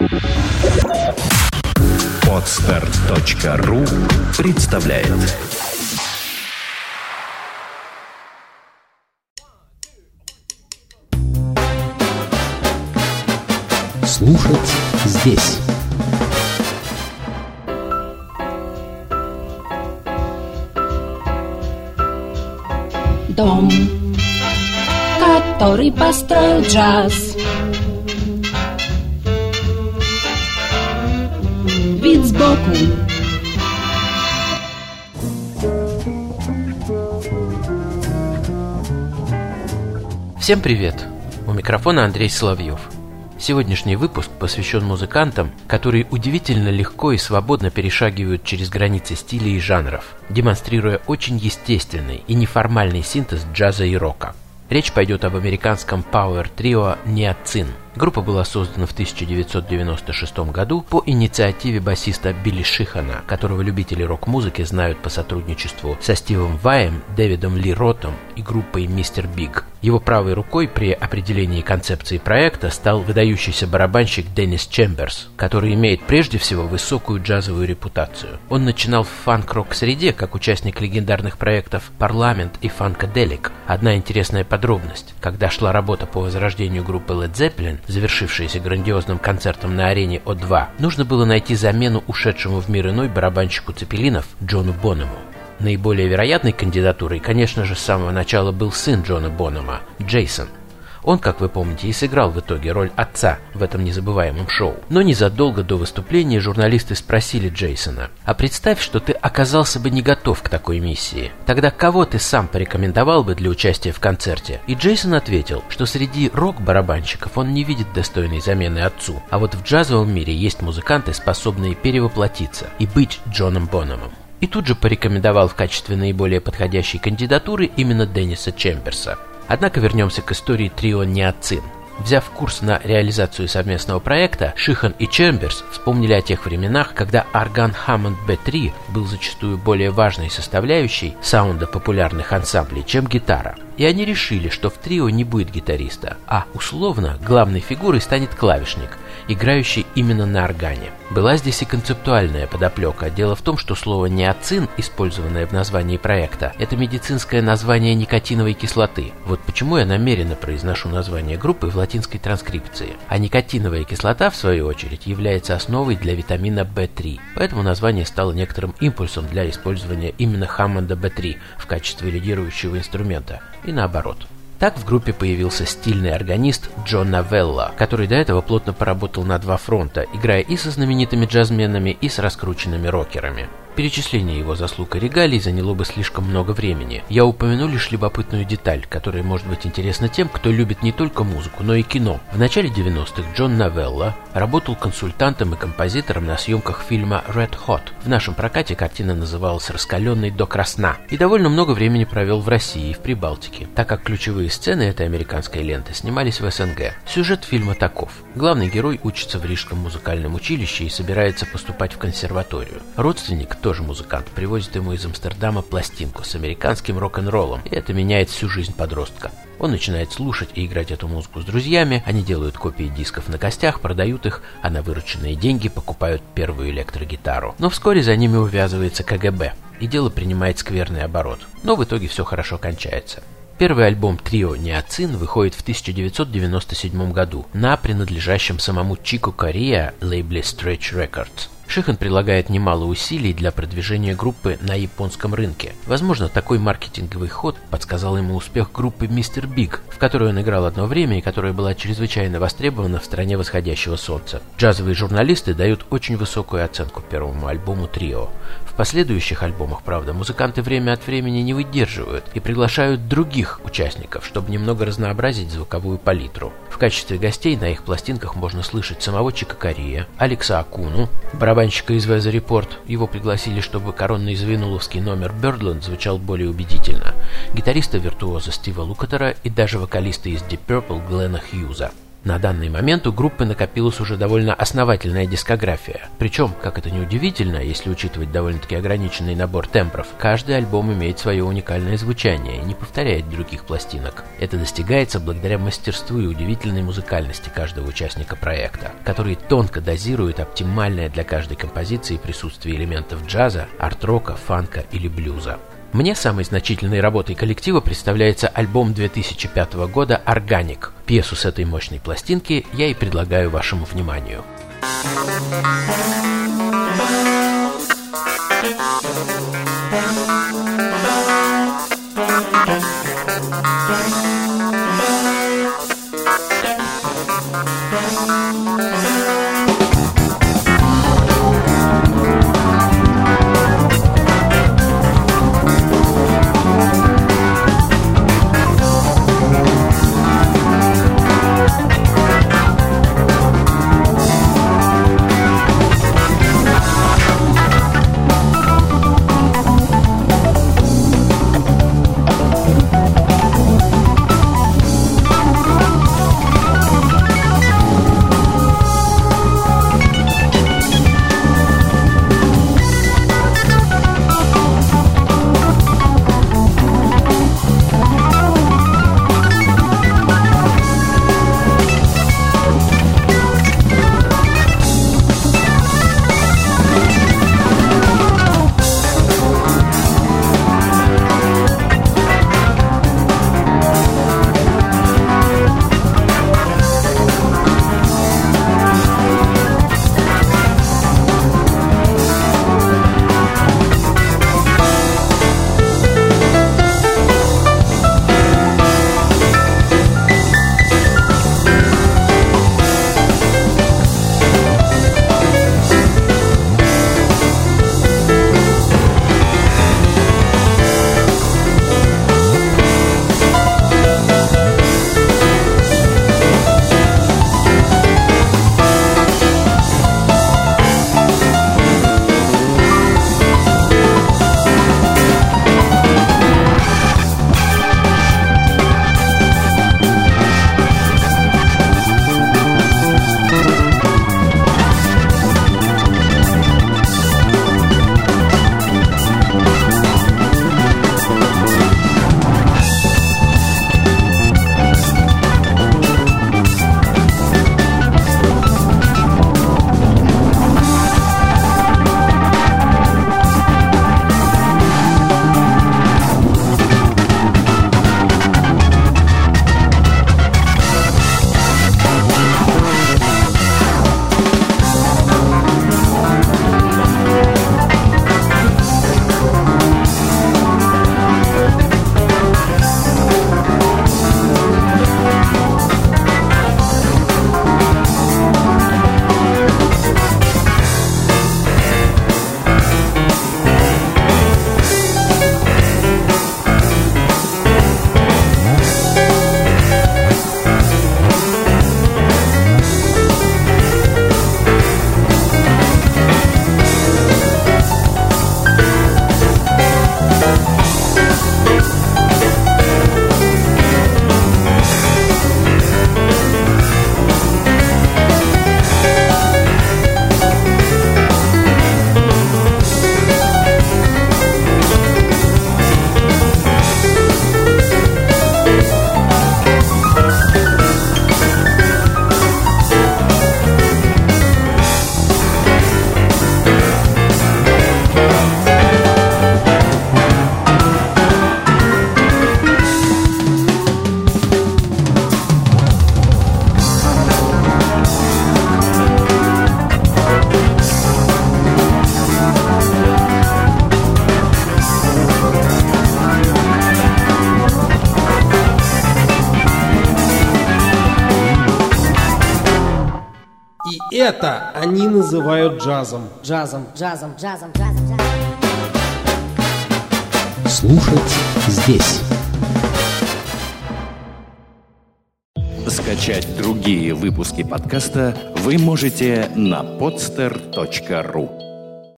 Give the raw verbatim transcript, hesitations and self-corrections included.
Подстер точка ру представляет. Слушать здесь. Дом, который построил джаз. Вид сбоку. Всем привет! У микрофона Андрей Соловьев. Сегодняшний выпуск посвящен музыкантам, которые удивительно легко и свободно перешагивают через границы стилей и жанров, демонстрируя очень естественный и неформальный синтез джаза и рока. Речь пойдет об американском пауэр-трио Ниацин. Группа была создана в тысяча девятьсот девяносто шестом году по инициативе басиста Билли Шихана, которого любители рок-музыки знают по сотрудничеству со Стивом Ваем, Дэвидом Ли Ротом и группой Мистер Биг. Его правой рукой при определении концепции проекта стал выдающийся барабанщик Деннис Чемберс, который имеет прежде всего высокую джазовую репутацию. Он начинал в фанк-рок-среде как участник легендарных проектов «Парламент» и «Фанкаделик». Одна интересная подробность: когда шла работа по возрождению группы Led Zeppelin, завершившаяся грандиозным концертом на арене О два, нужно было найти замену ушедшему в мир иной барабанщику Цепелинов Джону Бонему. Наиболее вероятной кандидатурой, конечно же, с самого начала был сын Джона Бонема, Джейсон. Он, как вы помните, и сыграл в итоге роль отца в этом незабываемом шоу. Но незадолго до выступления журналисты спросили Джейсона: «А представь, что ты оказался бы не готов к такой миссии. Тогда кого ты сам порекомендовал бы для участия в концерте?» И Джейсон ответил, что среди рок-барабанщиков он не видит достойной замены отцу, а вот в джазовом мире есть музыканты, способные перевоплотиться и быть Джоном Бонемом. И тут же порекомендовал в качестве наиболее подходящей кандидатуры именно Денниса Чемберса. Однако вернемся к истории трио Ниацин. Взяв курс на реализацию совместного проекта, Шихан и Чемберс вспомнили о тех временах, когда орган Hammond би три был зачастую более важной составляющей саунда популярных ансамблей, чем гитара. И они решили, что в трио не будет гитариста, а условно главной фигурой станет клавишник, играющий именно на органе. Была здесь и концептуальная подоплека. Дело в том, что слово «ниацин», использованное в названии проекта, это медицинское название никотиновой кислоты. Вот почему я намеренно произношу название группы в латинской транскрипции. А никотиновая кислота, в свою очередь, является основой для витамина бэ три. Поэтому название стало некоторым импульсом для использования именно Хаммонда би три в качестве лидирующего инструмента. И наоборот. Так в группе появился стильный органист Джо Новелла, который до этого плотно поработал на два фронта, играя и со знаменитыми джазменами, и с раскрученными рокерами. Перечисление его заслуг и регалий заняло бы слишком много времени. Я упомяну лишь любопытную деталь, которая может быть интересна тем, кто любит не только музыку, но и кино. В начале девяностых Джон Новелла работал консультантом и композитором на съемках фильма Red Hot. В нашем прокате картина называлась «Раскаленный до красна», и довольно много времени провел в России и в Прибалтике, так как ключевые сцены этой американской ленты снимались в эс эн гэ. Сюжет фильма таков. Главный герой учится в Рижском музыкальном училище и собирается поступать в консерваторию. Родственник, тоже музыкант, привозит ему из Амстердама пластинку с американским рок-н-роллом, и это меняет всю жизнь подростка. Он начинает слушать и играть эту музыку с друзьями, они делают копии дисков на костях, продают их, а на вырученные деньги покупают первую электрогитару. Но вскоре за ними увязывается ка гэ бэ, и дело принимает скверный оборот. Но в итоге все хорошо кончается. Первый альбом трио Ниацин выходит в тысяча девятьсот девяносто седьмом году на принадлежащем самому Чику Кореа лейбле Stretch Records. Шихан прилагает немало усилий для продвижения группы на японском рынке. Возможно, такой маркетинговый ход подсказал ему успех группы Мистер Биг, в которой он играл одно время и которая была чрезвычайно востребована в стране восходящего солнца. Джазовые журналисты дают очень высокую оценку первому альбому трио. В последующих альбомах, правда, музыканты время от времени не выдерживают и приглашают других участников, чтобы немного разнообразить звуковую палитру. В качестве гостей на их пластинках можно слышать самого Чика Кореа, Алекса Акуну, барабанщика из Weather Report. Его пригласили, чтобы коронный звенуловский номер Birdland звучал более убедительно, гитариста-виртуоза Стива Лукатера и даже вокалиста из Deep Purple Глена Хьюза. На данный момент у группы накопилась уже довольно основательная дискография. Причем, как это ни удивительно, если учитывать довольно-таки ограниченный набор тембров, каждый альбом имеет свое уникальное звучание и не повторяет других пластинок. Это достигается благодаря мастерству и удивительной музыкальности каждого участника проекта, который тонко дозирует оптимальное для каждой композиции присутствие элементов джаза, арт-рока, фанка или блюза. Мне самой значительной работой коллектива представляется альбом две тысячи пятого года «Органик». Пьесу с этой мощной пластинки я и предлагаю вашему вниманию. И это они называют джазом. Джазом, джазом, джазом, джазом, джазом. Слушать здесь. Скачать другие выпуски подкаста вы можете на podster точка ру.